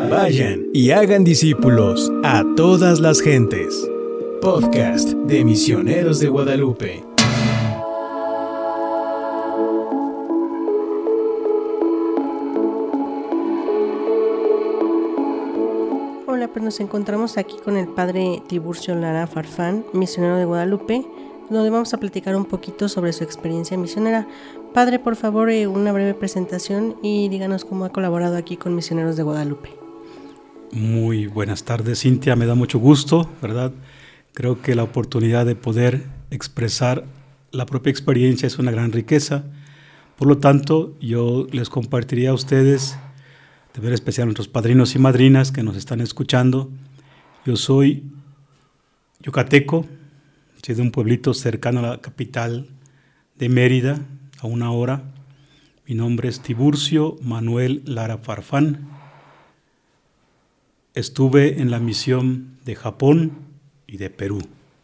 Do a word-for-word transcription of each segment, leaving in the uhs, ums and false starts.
Vayan y hagan discípulos a todas las gentes. Podcast de Misioneros de Guadalupe. Hola, pues nos encontramos aquí con el padre Tiburcio Lara Farfán, misionero de Guadalupe, donde vamos a platicar un poquito sobre su experiencia misionera. Padre, por favor, eh, una breve presentación y díganos cómo ha colaborado aquí con Misioneros de Guadalupe. Muy buenas tardes, Cintia, me da mucho gusto, ¿verdad? Creo que la oportunidad de poder expresar la propia experiencia es una gran riqueza. Por lo tanto, yo les compartiría a ustedes, de manera especial a nuestros padrinos y madrinas que nos están escuchando. Yo soy yucateco, soy de un pueblito cercano a la capital de Mérida, a una hora. Mi nombre es Tiburcio Manuel Lara Farfán. Estuve en la misión de Japón y de Perú.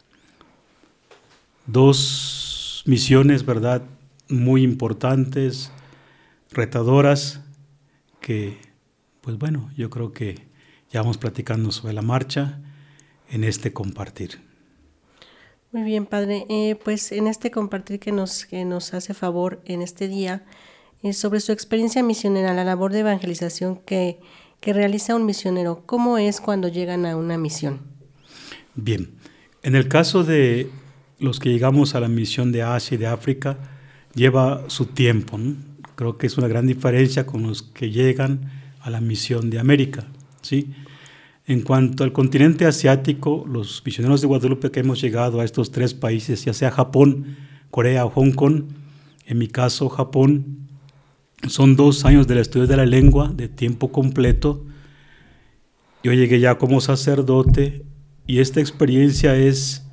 Dos misiones, ¿verdad?, muy importantes, retadoras, que, pues bueno, yo creo que ya vamos platicando sobre la marcha en este compartir. Muy bien, padre. Eh, pues en este compartir que nos, que nos hace favor en este día, eh, sobre su experiencia misionera, la labor de evangelización que que realiza un misionero. ¿Cómo es cuando llegan a una misión? Bien, en el caso de los que llegamos a la misión de Asia y de África, lleva su tiempo, ¿no? Creo que es una gran diferencia con los que llegan a la misión de América, ¿sí? En cuanto al continente asiático, los misioneros de Guadalupe que hemos llegado a estos tres países, ya sea Japón, Corea o Hong Kong, en mi caso Japón, son dos años del estudio de la lengua de tiempo completo. Yo llegué ya como sacerdote y esta experiencia es,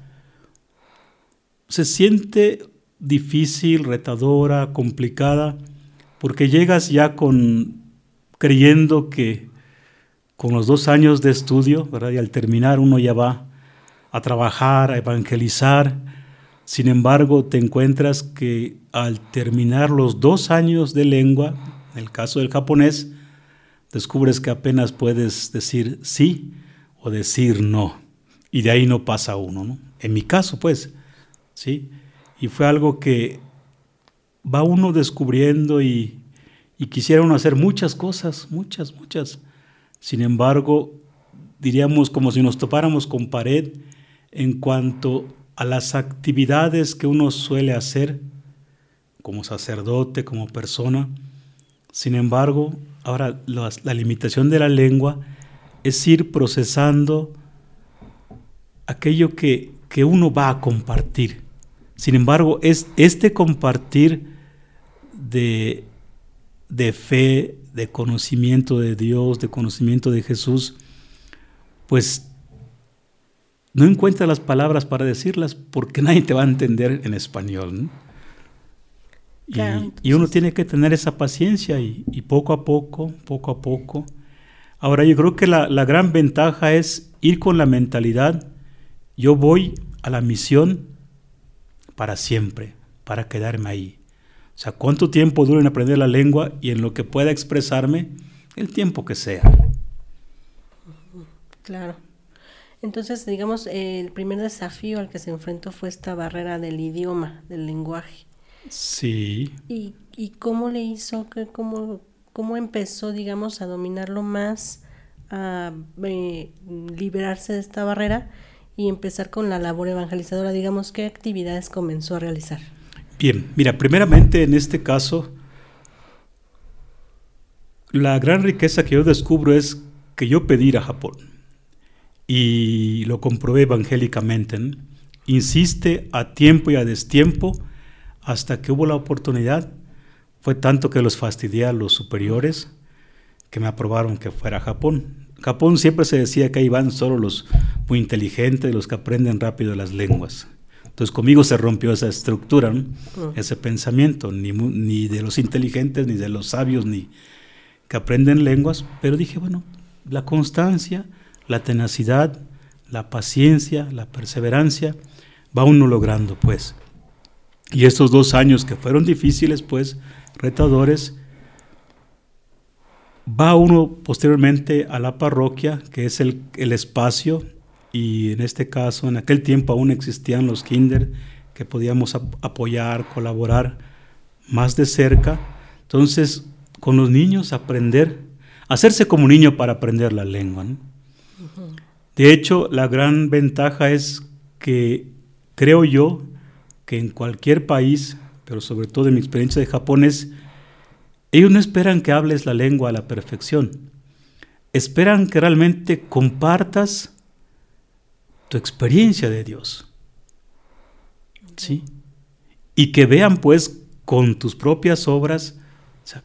se siente difícil, retadora, complicada, porque llegas ya con, creyendo que con los dos años de estudio, ¿verdad?, y al terminar uno ya va a trabajar, a evangelizar. Sin embargo, te encuentras que al terminar los dos años de lengua, en el caso del japonés, descubres que apenas puedes decir sí o decir no, y de ahí no pasa uno, ¿no? En mi caso, pues, ¿sí? Y fue algo que va uno descubriendo y, y quisiera uno hacer muchas cosas, muchas, muchas. Sin embargo, diríamos como si nos topáramos con pared en cuanto a las actividades que uno suele hacer como sacerdote, como persona. Sin embargo, ahora la, la limitación de la lengua es ir procesando aquello que, que uno va a compartir. Sin embargo, es este compartir de, de fe, de conocimiento de Dios, de conocimiento de Jesús, pues no encuentras las palabras para decirlas porque nadie te va a entender en español, ¿no? Y, claro, entonces, y uno tiene que tener esa paciencia y, y poco a poco, poco a poco. Ahora, yo creo que la, la gran ventaja es ir con la mentalidad, yo voy a la misión para siempre, para quedarme ahí. O sea, ¿cuánto tiempo duro en aprender la lengua y en lo que pueda expresarme? El tiempo que sea. Claro. Entonces, digamos, el primer desafío al que se enfrentó fue esta barrera del idioma, del lenguaje. Sí. ¿Y, y cómo le hizo, cómo, cómo empezó, digamos, a dominarlo más, a eh, liberarse de esta barrera y empezar con la labor evangelizadora? Digamos, ¿qué actividades comenzó a realizar? Bien, mira, primeramente en este caso, la gran riqueza que yo descubro es que yo pedí ir a Japón. Y lo comprobé evangélicamente, ¿no? Insiste a tiempo y a destiempo hasta que hubo la oportunidad. Fue tanto que los fastidié a los superiores que me aprobaron que fuera a Japón. Japón siempre se decía que ahí van solo los muy inteligentes, los que aprenden rápido las lenguas. Entonces conmigo se rompió esa estructura, ¿no? Uh. Ese pensamiento, ni, ni de los inteligentes, ni de los sabios, ni que aprenden lenguas. Pero dije, bueno, la constancia, la tenacidad, la paciencia, la perseverancia, va uno logrando, pues. Y estos dos años que fueron difíciles, pues, retadores, va uno posteriormente a la parroquia, que es el, el espacio, y en este caso, en aquel tiempo aún existían los kinder que podíamos ap- apoyar, colaborar más de cerca. Entonces, con los niños aprender, hacerse como niño para aprender la lengua, ¿no? Uh-huh. De hecho, la gran ventaja es que creo yo que en cualquier país, pero sobre todo en mi experiencia de japonés, ellos no esperan que hables la lengua a la perfección. Esperan que realmente compartas tu experiencia de Dios. ¿Sí? Y que vean pues con tus propias obras, o sea,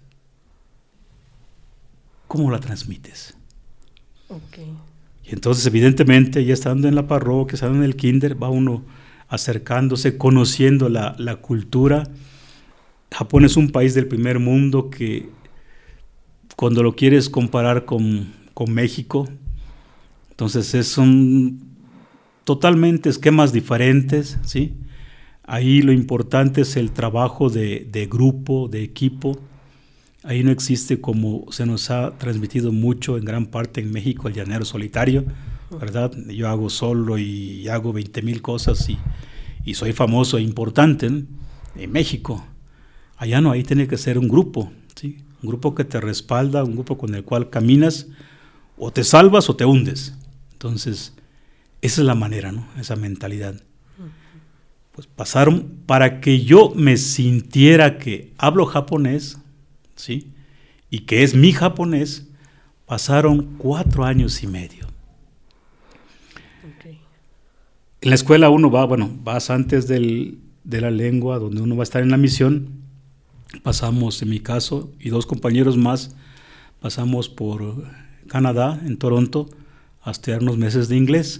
cómo la transmites. Okay. Y entonces evidentemente ya estando en la parroquia, estando en el kinder, va uno acercándose, conociendo la, la cultura. Japón es un país del primer mundo que cuando lo quieres comparar con, con México, entonces es son totalmente esquemas diferentes, ¿sí? Ahí lo importante es el trabajo de, de grupo, de equipo. Ahí no existe, como se nos ha transmitido mucho en gran parte en México, el llanero solitario, ¿verdad? Yo hago solo y hago veinte mil cosas y, y soy famoso e importante, ¿no? En México. Allá no, ahí tiene que ser un grupo, ¿sí? Un grupo que te respalda, un grupo con el cual caminas, o te salvas o te hundes. Entonces, esa es la manera, ¿no? Esa mentalidad. Pues pasaron, para que yo me sintiera que hablo japonés, ¿sí? Y que es mi japonés, pasaron cuatro años y medio. Okay. En la escuela uno va, bueno, vas antes del, de la lengua, donde uno va a estar en la misión. Pasamos, en mi caso, y dos compañeros más, pasamos por Canadá, en Toronto, a estudiar unos meses de inglés.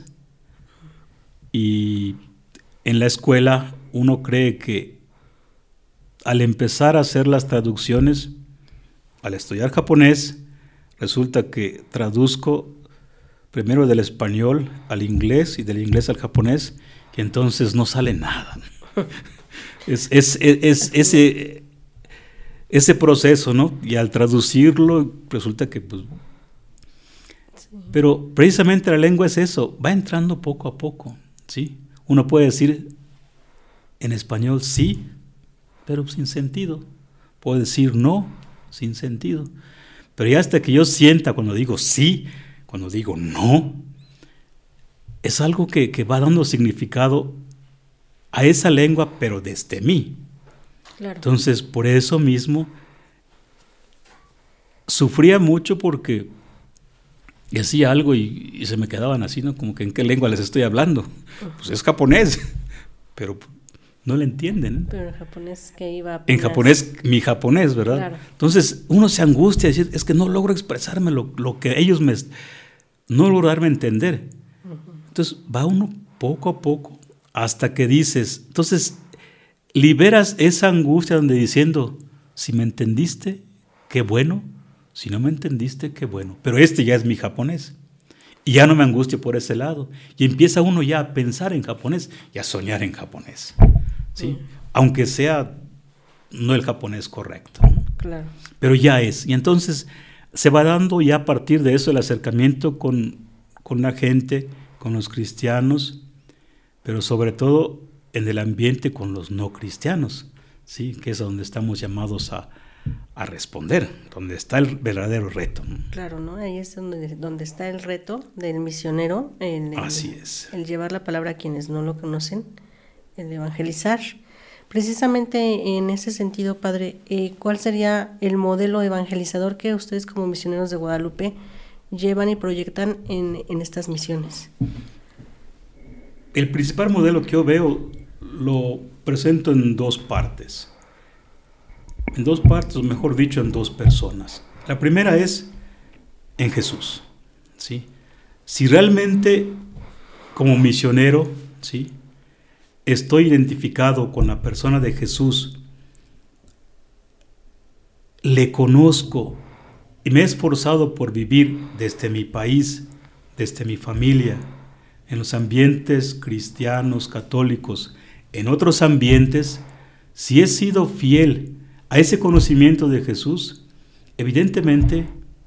Y en la escuela uno cree que al empezar a hacer las traducciones, al estudiar japonés, resulta que traduzco primero del español al inglés y del inglés al japonés, y entonces no sale nada. es, es, es, es ese, ese proceso, ¿no? Y al traducirlo resulta que pues... Sí. Pero precisamente la lengua es eso, va entrando poco a poco, ¿sí? Uno puede decir en español sí, pero sin sentido. Puedo decir no, sin sentido. Pero ya hasta que yo sienta cuando digo sí, cuando digo no, es algo que, que va dando significado a esa lengua, pero desde mí. Claro. Entonces, por eso mismo, sufría mucho porque decía algo y, y se me quedaban así, ¿no? Como que ¿en qué lengua les estoy hablando? Pues es japonés, pero no le entienden. Pero en japonés que iba a En japonés, mi japonés, ¿verdad? Claro. Entonces uno se angustia, decir, es que no logro expresarme lo, lo que ellos me... No logro darme a entender. Uh-huh. Entonces va uno poco a poco hasta que dices, entonces liberas esa angustia donde diciendo, si me entendiste, qué bueno. Si no me entendiste, qué bueno. Pero este ya es mi japonés. Y ya no me angustio por ese lado. Y empieza uno ya a pensar en japonés y a soñar en japonés. ¿Sí? Mm. Aunque sea no el japonés correcto. Claro. Pero ya es. Y entonces se va dando ya a partir de eso el acercamiento con, con la gente, con los cristianos, pero sobre todo en el ambiente con los no cristianos, ¿sí? Que es donde estamos llamados a a responder, donde está el verdadero reto. Claro, ¿no? Ahí es donde, donde está el reto del misionero, el, el, Así es. El llevar la palabra a quienes no lo conocen, el evangelizar. Precisamente en ese sentido, padre, eh, ¿cuál sería el modelo evangelizador que ustedes como misioneros de Guadalupe llevan y proyectan en, en estas misiones? El principal modelo que yo veo lo presento en dos partes. En dos partes, o mejor dicho, en dos personas. La primera es en Jesús, ¿sí? Si realmente como misionero, ¿sí?, estoy identificado con la persona de Jesús, le conozco y me he esforzado por vivir desde mi país, desde mi familia, en los ambientes cristianos, católicos, en otros ambientes, si he sido fiel a ese conocimiento de Jesús, evidentemente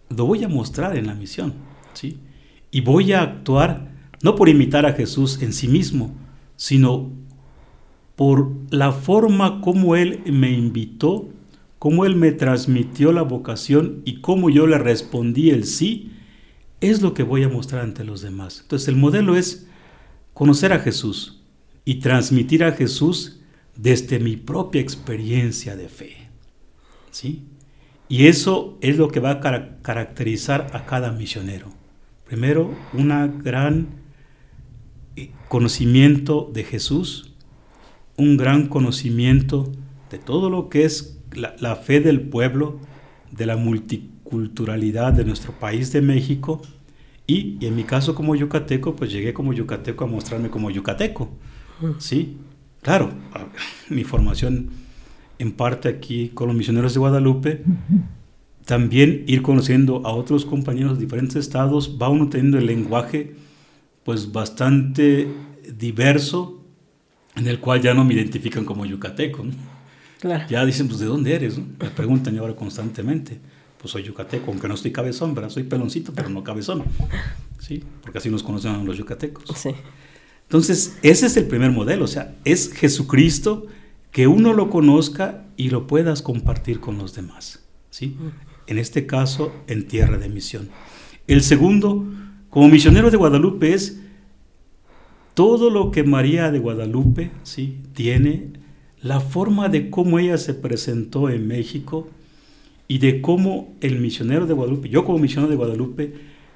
lo voy a mostrar en la misión, ¿sí? Y voy a actuar no por imitar a Jesús en sí mismo, sino por la forma como Él me invitó, cómo Él me transmitió la vocación y cómo yo le respondí el sí, es lo que voy a mostrar ante los demás. Entonces el modelo es conocer a Jesús y transmitir a Jesús desde mi propia experiencia de fe, ¿sí? Y eso es lo que va a car- caracterizar a cada misionero. Primero, un gran conocimiento de Jesús, un gran conocimiento de todo lo que es la, la fe del pueblo, de la multiculturalidad de nuestro país de México, y, y en mi caso como yucateco, pues llegué como yucateco a mostrarme como yucateco, ¿sí? Claro, mi formación en parte aquí con los misioneros de Guadalupe, también ir conociendo a otros compañeros de diferentes estados, va uno teniendo el lenguaje pues bastante diverso, en el cual ya no me identifican como yucateco, ¿no? Claro. Ya dicen, pues, ¿de dónde eres, no? Me preguntan ahora constantemente. Pues soy yucateco, aunque no estoy cabezón, ¿verdad? Soy peloncito, pero no cabezón, ¿sí? Porque así nos conocen los yucatecos. Sí. Entonces, ese es el primer modelo, o sea, es Jesucristo, que uno lo conozca y lo puedas compartir con los demás, ¿sí? En este caso, en tierra de misión. El segundo, como misionero de Guadalupe, es todo lo que María de Guadalupe, ¿sí?, tiene, la forma de cómo ella se presentó en México y de cómo el misionero de Guadalupe, yo como misionero de Guadalupe,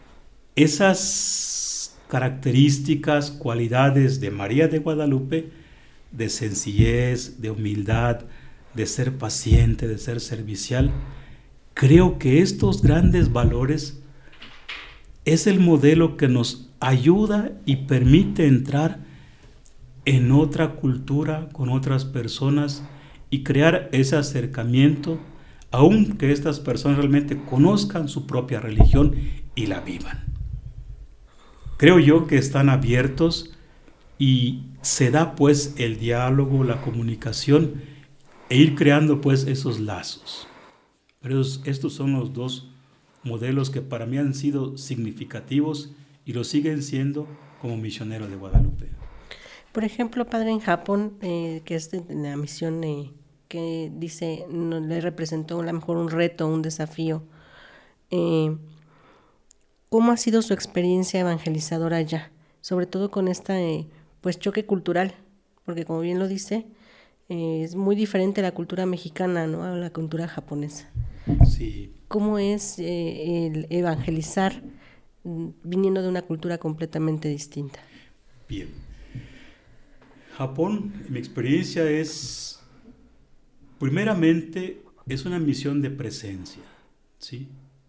esas características, cualidades de María de Guadalupe, de sencillez, de humildad, de ser paciente, de ser servicial, creo que estos grandes valores es el modelo que nos ayuda y permite entrar en otra cultura, con otras personas y crear ese acercamiento, aun que estas personas realmente conozcan su propia religión y la vivan. Creo yo que están abiertos y se da pues el diálogo, la comunicación e ir creando pues esos lazos. Pero estos son los dos modelos que para mí han sido significativos y lo siguen siendo como misionero de Guadalupe. Por ejemplo, padre, en Japón, eh, que es de la misión eh, que dice, no, le representó a lo mejor un reto, un desafío. Eh, ¿Cómo ha sido su experiencia evangelizadora allá? Sobre todo con este pues, choque cultural, porque como bien lo dice, eh, es muy diferente la cultura mexicana, ¿no?, a la cultura japonesa. Sí. ¿Cómo es eh, el evangelizar viniendo de una cultura completamente distinta? Bien. Japón, en mi experiencia, es, primeramente, es una misión de presencia, ¿sí?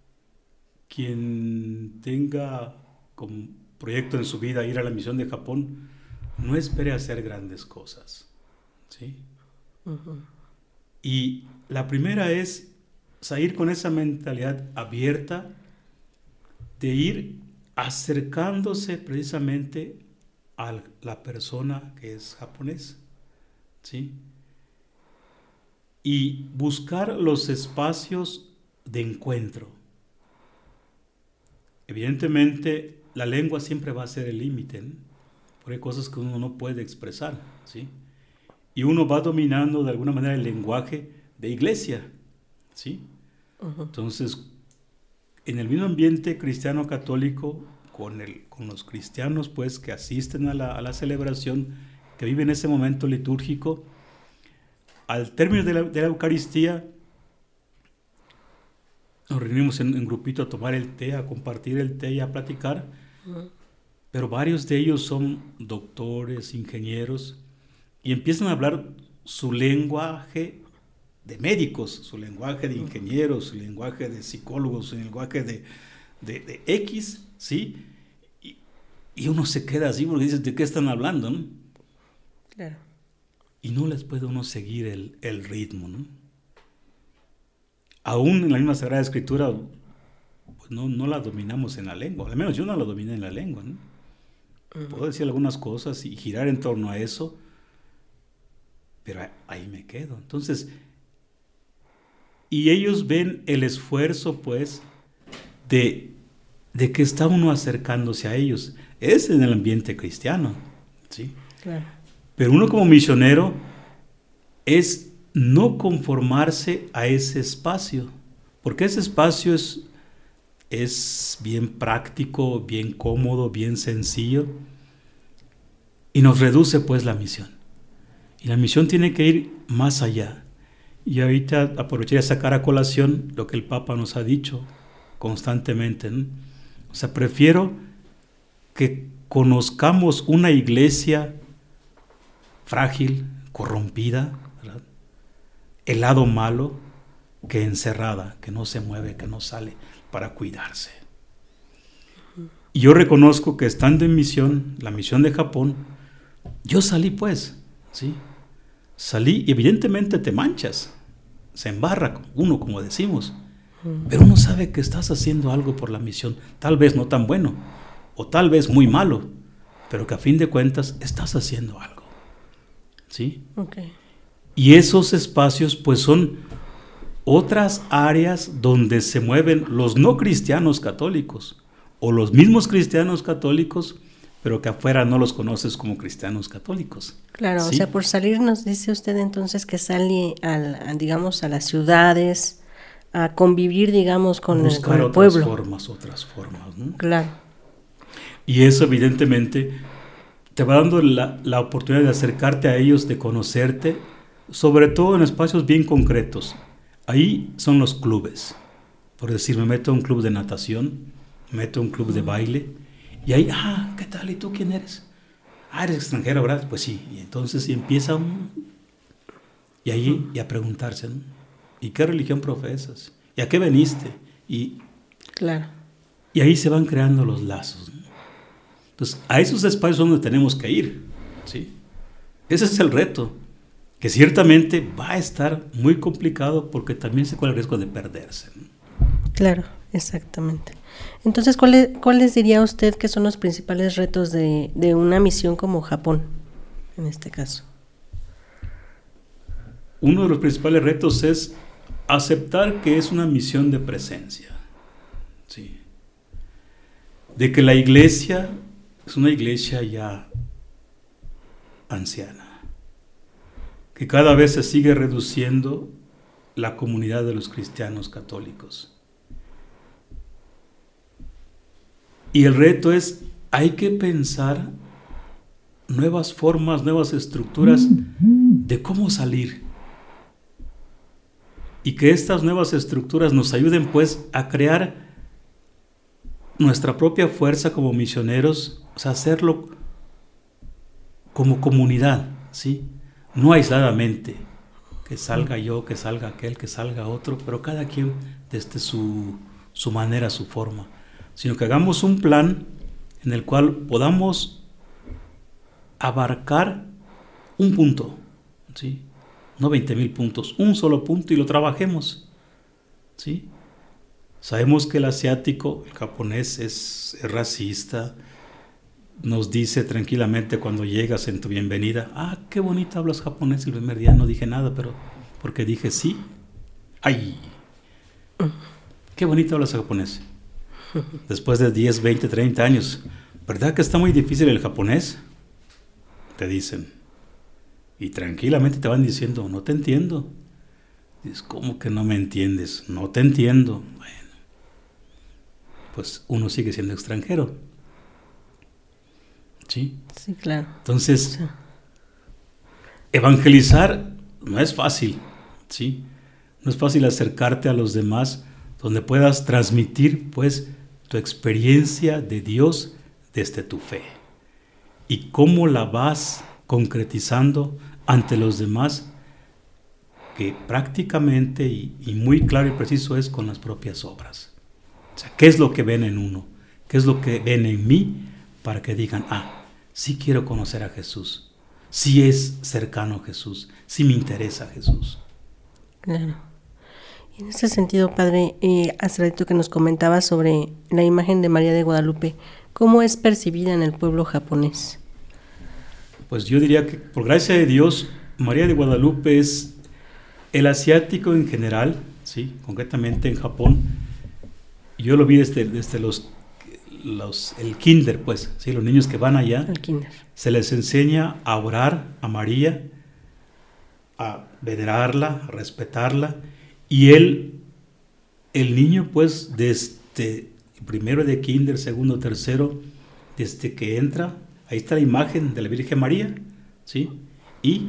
Quien tenga como proyecto en su vida ir a la misión de Japón, no espere hacer grandes cosas, ¿sí? Uh-huh. Y la primera es salir con esa mentalidad abierta de ir acercándose precisamente a la persona que es japonesa, ¿sí? Y buscar los espacios de encuentro. Evidentemente, la lengua siempre va a ser el límite, ¿no? Porque hay cosas que uno no puede expresar, ¿sí? Y uno va dominando de alguna manera el lenguaje de iglesia, ¿sí? Uh-huh. Entonces, en el mismo ambiente cristiano católico, con, el, con los cristianos pues que asisten a la, a la celebración, que viven ese momento litúrgico, al término de la, de la Eucaristía, nos reunimos en, en grupito a tomar el té, a compartir el té y a platicar, uh-huh. Pero varios de ellos son doctores, ingenieros, y empiezan a hablar su lenguaje de médicos, su lenguaje de ingenieros, su lenguaje de psicólogos, su lenguaje de, de, de X, ¿sí? Y, y uno se queda así porque dice, ¿de qué están hablando, no? Claro. Y no les puede uno seguir el, el ritmo, ¿no? Aún en la misma Sagrada Escritura, pues no, no la dominamos en la lengua, al menos yo no la dominé en la lengua, ¿no? Uh-huh. Puedo decir algunas cosas y girar en torno a eso, pero ahí me quedo. Entonces, y ellos ven el esfuerzo, pues, de, de que está uno acercándose a ellos. Es en el ambiente cristiano, ¿sí? Claro. Pero uno como misionero es no conformarse a ese espacio, porque ese espacio es, es bien práctico, bien cómodo, bien sencillo, y nos reduce pues la misión. Y la misión tiene que ir más allá. Y ahorita aprovecharía sacar a colación lo que el Papa nos ha dicho constantemente, ¿no? O sea, prefiero que conozcamos una iglesia frágil, corrompida, ¿verdad? El lado malo, que encerrada, que no se mueve, que no sale para cuidarse. Y yo reconozco que estando en misión, la misión de Japón, yo salí pues, ¿sí? Salí y evidentemente te manchas, se embarra uno, como decimos, pero uno sabe que estás haciendo algo por la misión, tal vez no tan bueno, o tal vez muy malo, pero que a fin de cuentas estás haciendo algo, ¿sí? Okay. Y esos espacios pues son otras áreas donde se mueven los no cristianos católicos, o los mismos cristianos católicos, pero que afuera no los conoces como cristianos católicicos. Claro, ¿sí? O sea, por salir nos dice usted entonces que sale, al, a, digamos, a las ciudades, a convivir, digamos, con, el, con el otras pueblo. Buscar otras formas, otras formas, ¿no? Claro. Y eso evidentemente te va dando la, la oportunidad de acercarte a ellos, de conocerte, sobre todo en espacios bien concretos. Ahí son los clubes. Por decir, me meto a un club de natación, me meto a un club de baile, y ahí, ah, ¿qué tal? ¿Y tú quién eres? Ah, eres extranjero, ¿verdad? Pues sí. Y entonces y empieza un... Y ahí, y a preguntarse, ¿no? ¿Y qué religión profesas? ¿Y a qué veniste? Y, claro. Y ahí se van creando los lazos, ¿no? Entonces, a esos espacios donde tenemos que ir, ¿sí? Ese es el reto, que ciertamente va a estar muy complicado porque también se corre el riesgo de perderse, ¿no? Claro, exactamente. Entonces, ¿cuáles, ¿cuáles diría usted que son los principales retos de, de una misión como Japón, en este caso? Uno de los principales retos es aceptar que es una misión de presencia, ¿sí? De que la iglesia es una iglesia ya anciana, que cada vez se sigue reduciendo la comunidad de los cristianos católicos. Y el reto es, hay que pensar nuevas formas, nuevas estructuras de cómo salir. Y que estas nuevas estructuras nos ayuden pues a crear nuestra propia fuerza como misioneros, o sea, hacerlo como comunidad, ¿sí? No aisladamente, que salga yo, que salga aquel, que salga otro, pero cada quien desde su, su manera, su forma, sino que hagamos un plan en el cual podamos abarcar un punto, ¿sí? No veinte mil puntos, un solo punto y lo trabajemos, ¿sí? Sabemos que el asiático, el japonés es, es racista, nos dice tranquilamente cuando llegas en tu bienvenida, ah, qué bonito hablas japonés. El primer día no dije nada, pero porque dije sí, ay, qué bonito hablas japonés. Después de diez, veinte, treinta años, ¿verdad que está muy difícil el japonés? Te dicen. Y tranquilamente te van diciendo, no te entiendo. Dices, ¿cómo que no me entiendes? No te entiendo. Bueno, pues uno sigue siendo extranjero. ¿Sí? Sí, claro. Entonces, Sí. Evangelizar no es fácil, ¿sí? No es fácil acercarte a los demás donde puedas transmitir, pues, tu experiencia de Dios desde tu fe. Y cómo la vas concretizando ante los demás, que prácticamente y, y muy claro y preciso es con las propias obras. O sea, ¿qué es lo que ven en uno? ¿Qué es lo que ven en mí? Para que digan, ah, sí quiero conocer a Jesús, sí es cercano a Jesús, sí me interesa a Jesús. Claro. Y en ese sentido, padre, eh, hace rato que nos comentaba sobre la imagen de María de Guadalupe, ¿cómo es percibida en el pueblo japonés? Pues yo diría que, por gracia de Dios, María de Guadalupe es el asiático en general, ¿sí? Concretamente en Japón, yo lo vi desde, desde los, los, el kinder, pues, ¿sí? Los niños que van allá, el kinder. Se les enseña a orar a María, a venerarla, a respetarla, y él, el niño, pues, desde primero de kinder, segundo, tercero, desde que entra, ahí está la imagen de la Virgen María, ¿sí? Y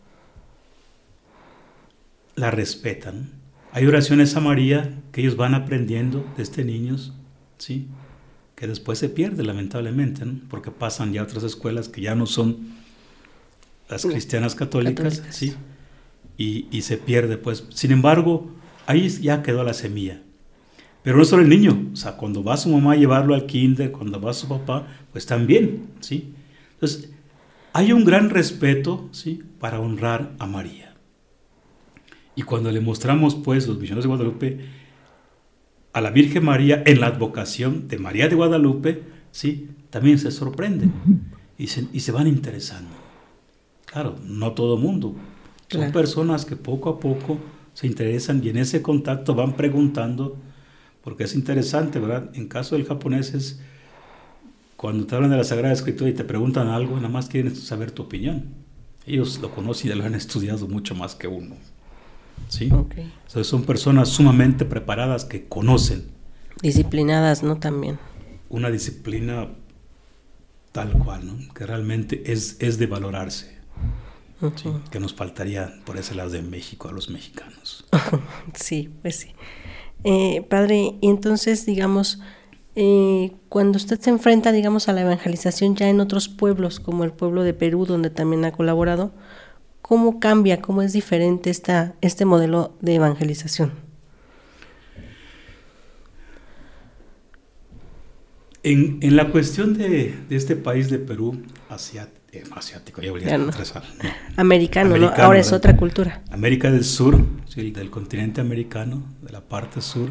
la respetan. Hay oraciones a María que ellos van aprendiendo desde niños, ¿sí? Que después se pierde, lamentablemente, ¿no? Porque pasan ya a otras escuelas que ya no son las cristianas católicas, católicas. ¿Sí? Y, y se pierde, pues. Sin embargo, ahí ya quedó la semilla. Pero no solo el niño, o sea, cuando va su mamá a llevarlo al kinder, cuando va su papá, pues también, ¿sí? Entonces, hay un gran respeto, ¿sí? Para honrar a María. Y cuando le mostramos, pues, los misioneros de Guadalupe, a la Virgen María en la advocación de María de Guadalupe, ¿sí? También se sorprenden y se, y se van interesando. Claro, no todo mundo. Son claro. Personas que poco a poco se interesan y en ese contacto van preguntando, porque es interesante, ¿verdad? En caso del japonés es cuando te hablan de la Sagrada Escritura y te preguntan algo, nada más quieren saber tu opinión. Ellos lo conocen y lo han estudiado mucho más que uno. ¿Sí? Okay. Entonces son personas sumamente preparadas que conocen. Disciplinadas, ¿no? También. Una disciplina tal cual, ¿no? Que realmente es, es de valorarse. Uh-huh. ¿Sí? Que nos faltaría por ese lado de México a los mexicanos. Sí, pues sí. Eh, padre, y entonces, digamos, eh, cuando usted se enfrenta, digamos, a la evangelización ya en otros pueblos, como el pueblo de Perú, donde también ha colaborado, ¿cómo cambia, cómo es diferente esta, este modelo de evangelización? En, en la cuestión de, de este país de Perú, asiático, eh, asiático ya volví a no. Trazar, ¿no? Americano, Americano, ¿no? Ahora ¿verdad? Es otra cultura. América del Sur, sí, del continente americano, de la parte sur.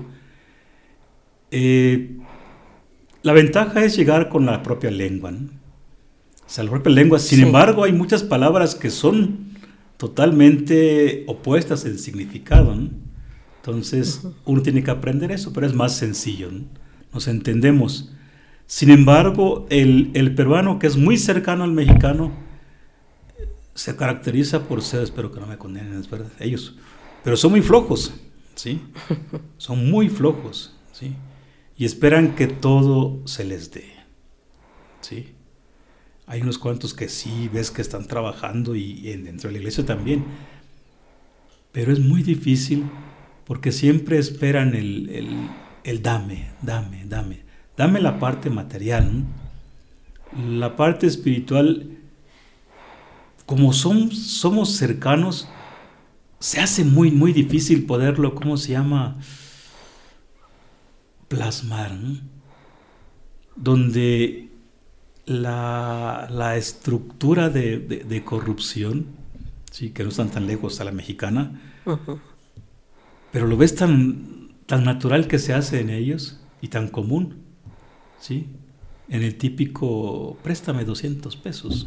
Eh, la ventaja es llegar con la propia lengua, ¿no? O sea, la propia lengua, sin sí. embargo, hay muchas palabras que son totalmente opuestas en significado, ¿no? Entonces, uh-huh. uno tiene que aprender eso, pero es más sencillo, ¿no? Nos entendemos. Sin embargo, el, el peruano, que es muy cercano al mexicano, se caracteriza por ser, espero que no me condenen, es verdad, ellos, pero son muy flojos, ¿sí? Son muy flojos, ¿sí? Y esperan que todo se les dé, ¿sí? Hay unos cuantos que sí ves que están trabajando y, y dentro de la iglesia también, pero es muy difícil porque siempre esperan el, el, el dame, dame, dame. Dame la parte material, ¿no? La parte espiritual, como son, somos cercanos, se hace muy, muy difícil poderlo, ¿cómo se llama? Plasmar, ¿no? Donde la, la estructura de, de, de corrupción, sí, que no están tan lejos a la mexicana, uh-huh. pero lo ves tan, tan natural que se hace en ellos y tan común. ¿Sí? En el típico, préstame doscientos pesos.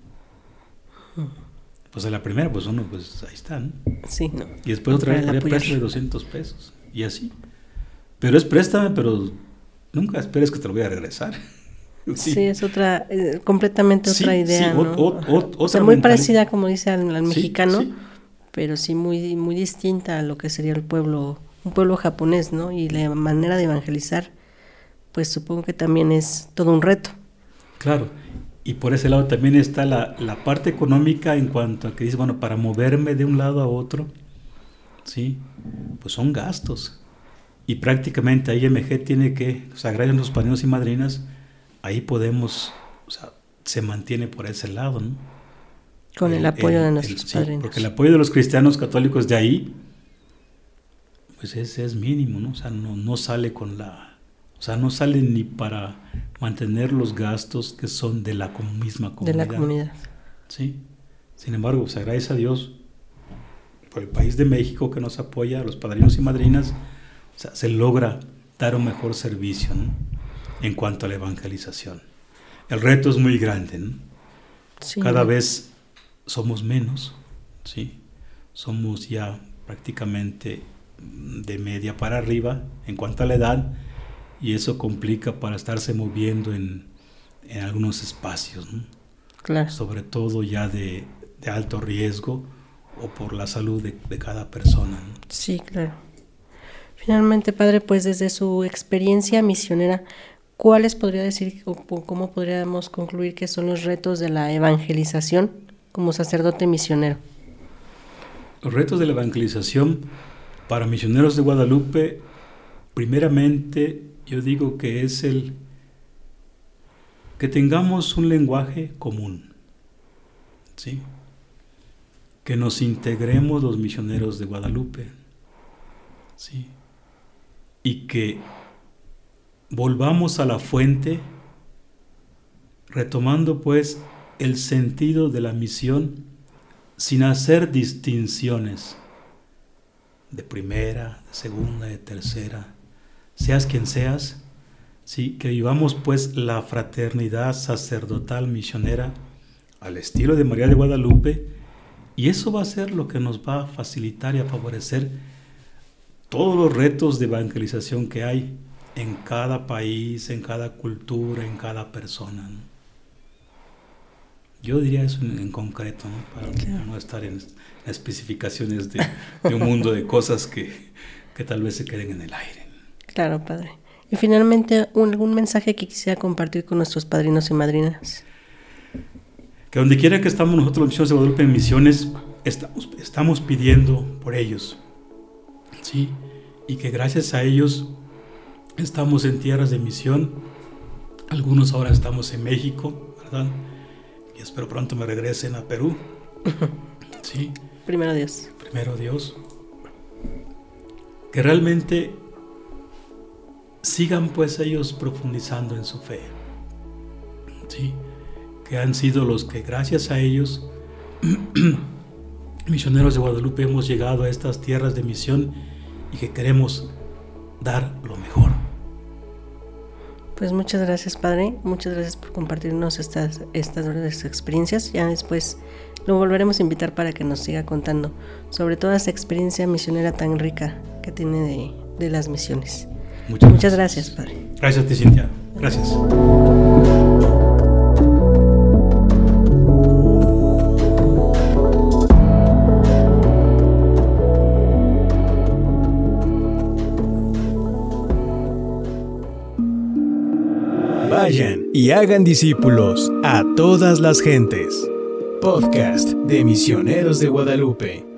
Pues a la primera, pues uno, pues ahí está, ¿no? Sí, no. Y después otra vez, préstame doscientos pesos. Y así. Pero es préstame, pero nunca esperes que te lo voy a regresar. Sí, sí es otra, eh, completamente otra sí, idea, sí, ¿no? O, o, o, o sea, muy parecida, como dice al, al sí, mexicano, sí. pero sí muy, muy distinta a lo que sería el pueblo, un pueblo japonés, ¿no? Y la manera de evangelizar, pues supongo que también es todo un reto. Claro, y por ese lado también está la, la parte económica en cuanto a que dice, bueno, para moverme de un lado a otro, ¿sí? Pues son gastos. Y prácticamente ahí M G tiene que, o sea, gracias a los padrinos y madrinas, ahí podemos, o sea, se mantiene por ese lado, ¿no? Con el, el apoyo el, de nuestros el, padrinos. Sí, porque el apoyo de los cristianos católicos de ahí, pues ese es mínimo, ¿no? O sea, no, no sale con la... O sea, no salen ni para mantener los gastos que son de la misma comunidad. De la comunidad. Sí. Sin embargo, o sea, gracias a Dios por el país de México que nos apoya, a los padrinos y madrinas, o sea, se logra dar un mejor servicio, ¿no? En cuanto a la evangelización. El reto es muy grande, ¿no? Sí. Cada vez somos menos, ¿sí? Somos ya prácticamente de media para arriba en cuanto a la edad. y eso complica para estarse moviendo en, en algunos espacios, ¿no? Claro. Sobre todo ya de, de alto riesgo o por la salud de, de cada persona, ¿no? Sí, claro. Finalmente, padre, pues desde su experiencia misionera, ¿cuáles podría decir o cómo podríamos concluir que son los retos de la evangelización como sacerdote misionero? Los retos de la evangelización para misioneros de Guadalupe, primeramente yo digo que es el que tengamos un lenguaje común, ¿sí? Que nos integremos los misioneros de Guadalupe, ¿sí? Y que volvamos a la fuente, retomando pues el sentido de la misión sin hacer distinciones de primera, de segunda, de tercera, seas quien seas, ¿sí? Que vivamos pues la fraternidad sacerdotal misionera al estilo de María de Guadalupe, y eso va a ser lo que nos va a facilitar y a favorecer todos los retos de evangelización que hay en cada país, en cada cultura, en cada persona, ¿no? Yo diría eso en, en concreto, ¿no? Para claro. no estar en especificaciones de, de un mundo de cosas que, que tal vez se queden en el aire. Claro, padre. Y finalmente, ¿un, algún mensaje que quisiera compartir con nuestros padrinos y madrinas? Que donde quiera que estamos nosotros, los misioneros de Guadalupe en misiones, estamos, estamos pidiendo por ellos, ¿sí? Y que gracias a ellos estamos en tierras de misión. Algunos ahora estamos en México, ¿verdad? Y espero pronto me regresen a Perú. ¿Sí? Primero Dios. Primero Dios. Que realmente sigan pues ellos profundizando en su fe. ¿Sí? Que han sido los que gracias a ellos, misioneros de Guadalupe, hemos llegado a estas tierras de misión y que queremos dar lo mejor. Pues muchas gracias, padre. Muchas gracias por compartirnos estas, estas experiencias. Ya después lo volveremos a invitar para que nos siga contando sobre toda esa experiencia misionera tan rica que tiene de, de las misiones. Muchas, muchas gracias. gracias, padre. Gracias a ti, Cintia. Gracias. Vayan y hagan discípulos a todas las gentes. Podcast de Misioneros de Guadalupe.